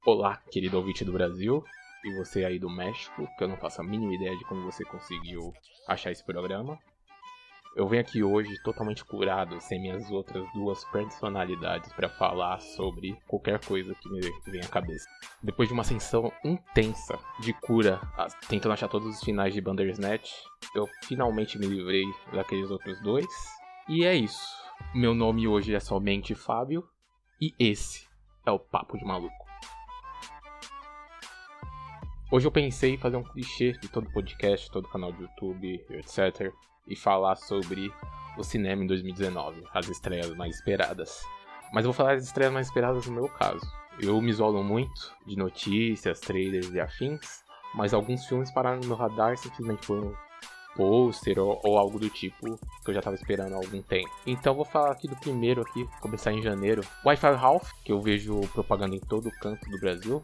Olá, querido ouvinte do Brasil e você aí do México, que eu não faço a mínima ideia de como você conseguiu achar esse programa. Eu venho aqui hoje totalmente curado, sem minhas outras duas personalidades, para falar sobre qualquer coisa que me venha à cabeça. Depois de uma ascensão intensa de cura, tentando achar todos os finais de Bandersnatch, eu finalmente me livrei daqueles outros dois. E é isso. Meu nome hoje é somente Fábio, e esse é o Papo de Maluco. Hoje eu pensei em fazer um clichê de todo podcast, todo canal de YouTube, etc. E falar sobre o cinema em 2019, as estreias mais esperadas. Mas eu vou falar das estreias mais esperadas no meu caso. Eu me isolo muito de notícias, trailers e afins, mas alguns filmes pararam no meu radar simplesmente por um pôster ou algo do tipo que eu já tava esperando há algum tempo. Então eu vou falar aqui do primeiro aqui, começar em janeiro. Wi-Fi Ralph, que eu vejo propaganda em todo canto do Brasil.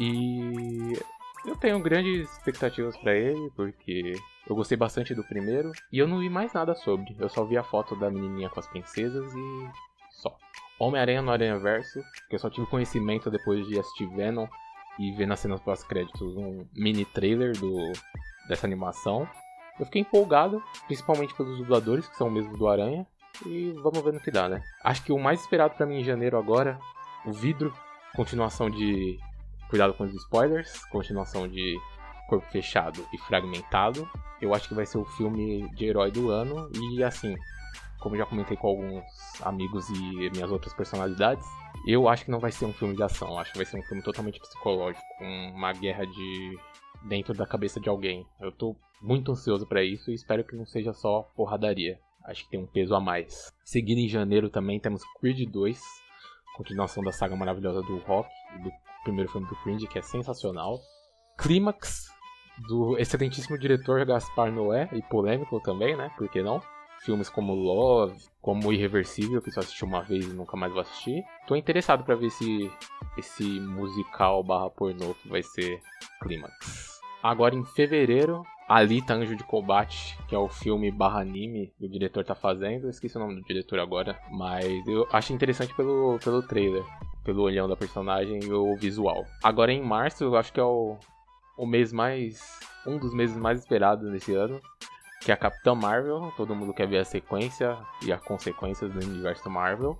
E eu tenho grandes expectativas pra ele, porque eu gostei bastante do primeiro e eu não vi mais nada sobre. Eu só vi a foto da menininha com as princesas e só. Homem-Aranha no Aranhaverso, que eu só tive conhecimento depois de assistir Venom e ver nas cenas pós-créditos um mini trailer dessa animação. Eu fiquei empolgado, principalmente pelos dubladores, que são o mesmo do Aranha, e vamos ver no que dá, né? Acho que o mais esperado pra mim em janeiro agora, o Vidro, continuação de Cuidado com os spoilers, continuação de Corpo Fechado e Fragmentado. Eu acho que vai ser o filme de herói do ano e assim, como já comentei com alguns amigos e minhas outras personalidades, eu acho que não vai ser um filme de ação, eu acho que vai ser um filme totalmente psicológico, com uma guerra dentro da cabeça de alguém. Eu tô muito ansioso pra isso e espero que não seja só porradaria. Acho que tem um peso a mais. Seguindo em janeiro também temos Creed 2, continuação da saga maravilhosa do Rock e do primeiro filme do Creed, que é sensacional. Clímax, do excelentíssimo diretor Gaspar Noé, e polêmico também, né? Por que não? Filmes como Love, como Irreversível, que só assisti uma vez e nunca mais vou assistir. Tô interessado pra ver esse musical barra pornô que vai ser Clímax. Agora em fevereiro, Alita Anjo de Combate, que é o filme barra anime que o diretor tá fazendo. Eu esqueci o nome do diretor agora, mas eu acho interessante pelo trailer, pelo olhão da personagem e o visual. Agora em março, eu acho que é o mês mais... um dos meses mais esperados desse ano, que é a Capitã Marvel. Todo mundo quer ver a sequência e as consequências do universo Marvel.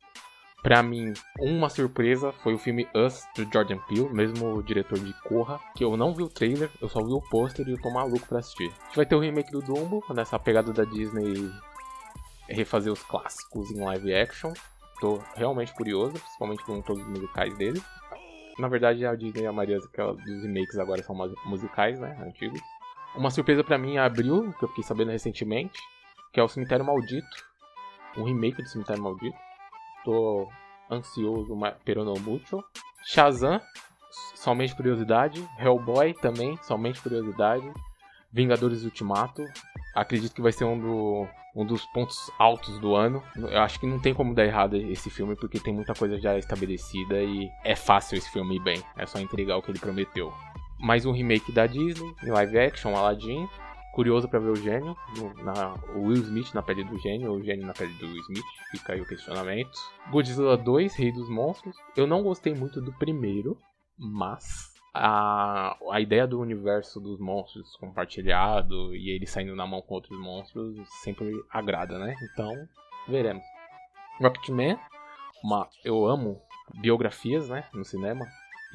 Pra mim, uma surpresa foi o filme Us, do Jordan Peele, mesmo o diretor de Corra, que eu não vi o trailer, eu só vi o pôster e eu tô maluco pra assistir. A gente vai ter o remake do Dumbo, nessa pegada da Disney refazer os clássicos em live action. Tô realmente curioso, principalmente com todos os musicais dele. Na verdade, a Disney e a maioria dos remakes agora são musicais, né, antigos. Uma surpresa pra mim é Abril, que eu fiquei sabendo recentemente, que é o Cemitério Maldito, um remake do Cemitério Maldito. Tô ansioso, pero no mucho. Shazam, somente curiosidade. Hellboy também, somente curiosidade. Vingadores Ultimato, acredito que vai ser um dos pontos altos do ano. Eu acho que não tem como dar errado esse filme, porque tem muita coisa já estabelecida e é fácil esse filme ir bem. É só entregar o que ele prometeu. Mais um remake da Disney, em live action, Aladdin. Curioso pra ver o gênio, o Will Smith na pele do gênio, ou o gênio na pele do Will Smith, fica aí o questionamento. Godzilla 2, Rei dos Monstros. Eu não gostei muito do primeiro, mas a ideia do universo dos monstros compartilhado e ele saindo na mão com outros monstros sempre agrada, né? Então, veremos. Rocketman, eu amo biografias, né, no cinema.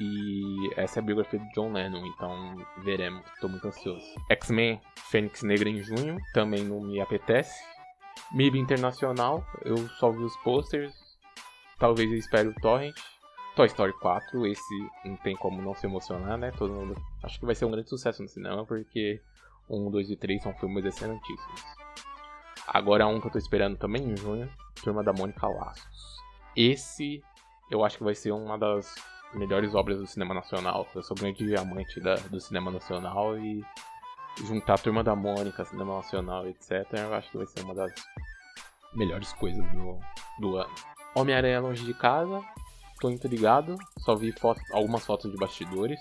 E essa é a biografia de John Lennon, então veremos, tô muito ansioso. X-Men Fênix Negra em junho, também não me apetece. MIB Internacional, eu só vi os posters, talvez eu espere o Torrent. Toy Story 4, esse não tem como não se emocionar, né? Todo mundo acho que vai ser um grande sucesso no cinema, porque 1, 2 e 3 são filmes excelentíssimos. Agora um que eu tô esperando também em junho, Turma da Mônica Laços. Esse eu acho que vai ser uma das melhores obras do cinema nacional. Eu sou grande amante do cinema nacional e juntar a Turma da Mônica, cinema nacional, etc. eu acho que vai ser uma das melhores coisas do ano. Homem-Aranha Longe de Casa, tô intrigado, só vi algumas fotos de bastidores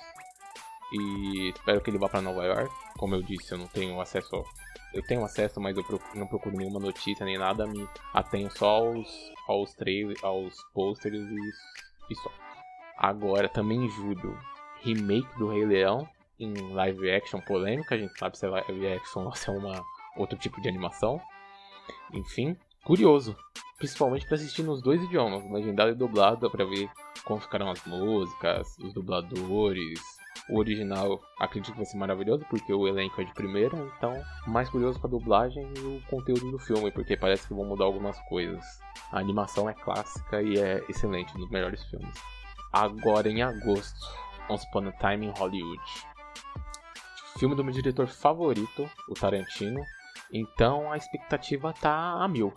e espero que ele vá pra Nova York. Como eu disse, eu não tenho acesso. Eu tenho acesso, mas eu não procuro nenhuma notícia nem nada, me atenho só aos trailers, aos posters e só. Agora, também em julho, remake do Rei Leão em live action polêmica. A gente sabe se é live action ou se é outro tipo de animação. Enfim, curioso. Principalmente pra assistir nos dois idiomas, legendado e dublado, pra ver como ficaram as músicas, os dubladores. O original acredito que vai ser maravilhoso, porque o elenco é de primeira, então mais curioso com a dublagem e o conteúdo do filme, porque parece que vão mudar algumas coisas. A animação é clássica e é excelente, um dos melhores filmes. Agora em agosto, Once Upon a Time in Hollywood. Filme do meu diretor favorito, o Tarantino, então a expectativa tá a mil.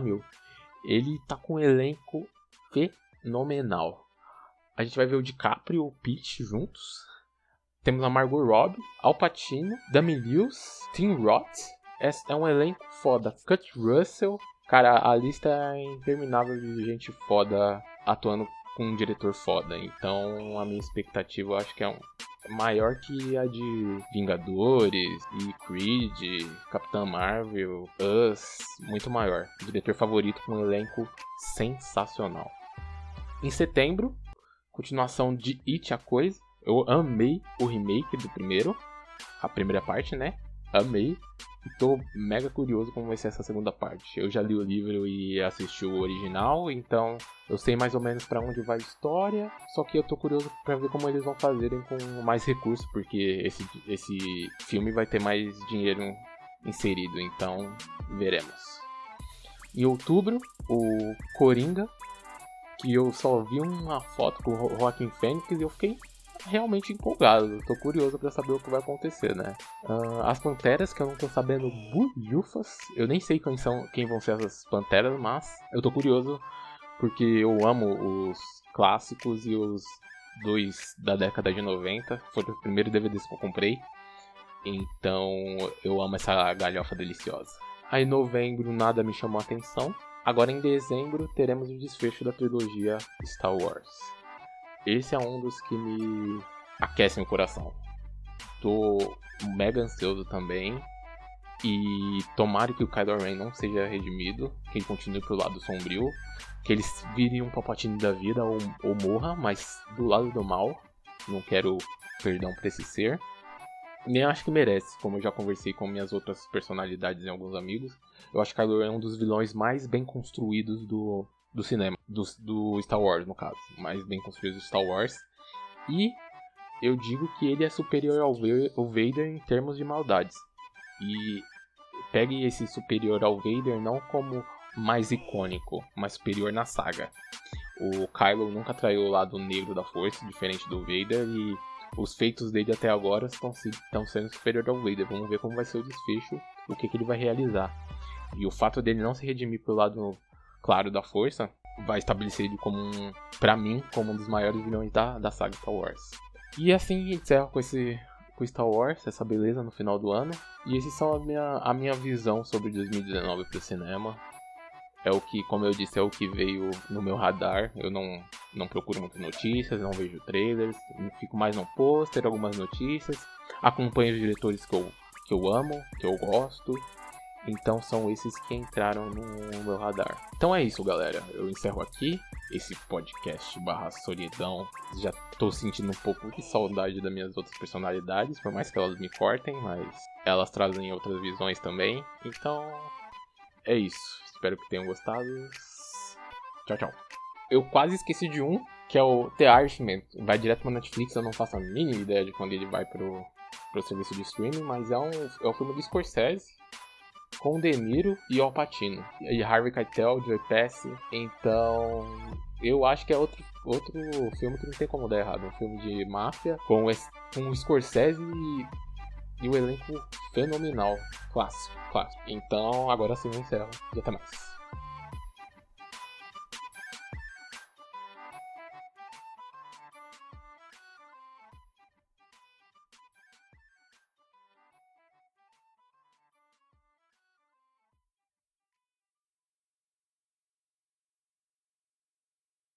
Ele tá com um elenco fenomenal. A gente vai ver o DiCaprio e o Pitt juntos. Temos a Margot Robbie, Al Pacino, Dami Lewis, Tim Roth. É um elenco foda. Kurt Russell. Cara, a lista é interminável de gente foda atuando com um diretor foda. Então a minha expectativa eu acho que é maior que a de Vingadores e Creed, Capitã Marvel, Us, muito maior. Diretor favorito com um elenco sensacional. Em setembro, continuação de It, a Coisa. Eu amei o remake do primeiro, a primeira parte, né? Amei. E tô mega curioso como vai ser essa segunda parte. Eu já li o livro e assisti o original, então eu sei mais ou menos pra onde vai a história. Só que eu tô curioso pra ver como eles vão fazerem com mais recursos, porque esse filme vai ter mais dinheiro inserido, então veremos. Em outubro, o Coringa, que eu só vi uma foto com o Joaquin Phoenix e eu fiquei realmente empolgado. Tô curioso pra saber o que vai acontecer, né? As Panteras, que eu não tô sabendo bulhufas. Eu nem sei quem vão ser essas Panteras, mas eu tô curioso porque eu amo os clássicos e os dois da década de 90. Foi o primeiro DVD que eu comprei. Então eu amo essa galhofa deliciosa. Aí em novembro nada me chamou a atenção. Agora em dezembro teremos o desfecho da trilogia Star Wars. Esse é um dos que me aquecem o coração. Tô mega ansioso também. E tomara que o Kylo Ren não seja redimido, que ele continue pro lado sombrio, que eles virem um Palpatine da vida ou morra, mas do lado do mal. Não quero perdão pra esse ser. Nem acho que merece, como eu já conversei com minhas outras personalidades e alguns amigos. Eu acho que Kylo Ren é um dos vilões mais bem construídos do cinema, do Star Wars no caso, mais bem construído do Star Wars. E eu digo que ele é superior ao Vader em termos de maldades. E pegue esse superior ao Vader não como mais icônico, mas superior na saga. O Kylo nunca traiu o lado negro da força, diferente do Vader, e os feitos dele até agora estão sendo superior ao Vader. Vamos ver como vai ser o desfecho, o que ele vai realizar. E o fato dele não se redimir pelo lado claro da força vai estabelecer ele pra mim, como um dos maiores vilões da saga Star Wars. E assim encerro com Star Wars, essa beleza no final do ano. E esses são a minha visão sobre 2019 pro cinema. É o que, como eu disse, é o que veio no meu radar. Eu não procuro muitas notícias, não vejo trailers, fico mais no pôster, algumas notícias. Acompanho os diretores que eu amo, que eu gosto. Então são esses que entraram no meu radar. Então é isso, galera. Eu encerro aqui esse podcast /solidão. Já tô sentindo um pouco de saudade das minhas outras personalidades, por mais que elas me cortem, mas elas trazem outras visões também. Então é isso. Espero que tenham gostado. Tchau, tchau. Eu quase esqueci de um, que é o The Irishman. Vai direto pra Netflix, eu não faço a mínima ideia de quando ele vai pro serviço de streaming, mas é um filme do Scorsese, com De Niro e Al Pacino. E Harvey Keitel, Joey Pesci. Então, eu acho que é outro filme que não tem como dar errado. Um filme de máfia com o Scorsese e o elenco fenomenal. Clássico. Então, agora sim eu encerro. E até mais.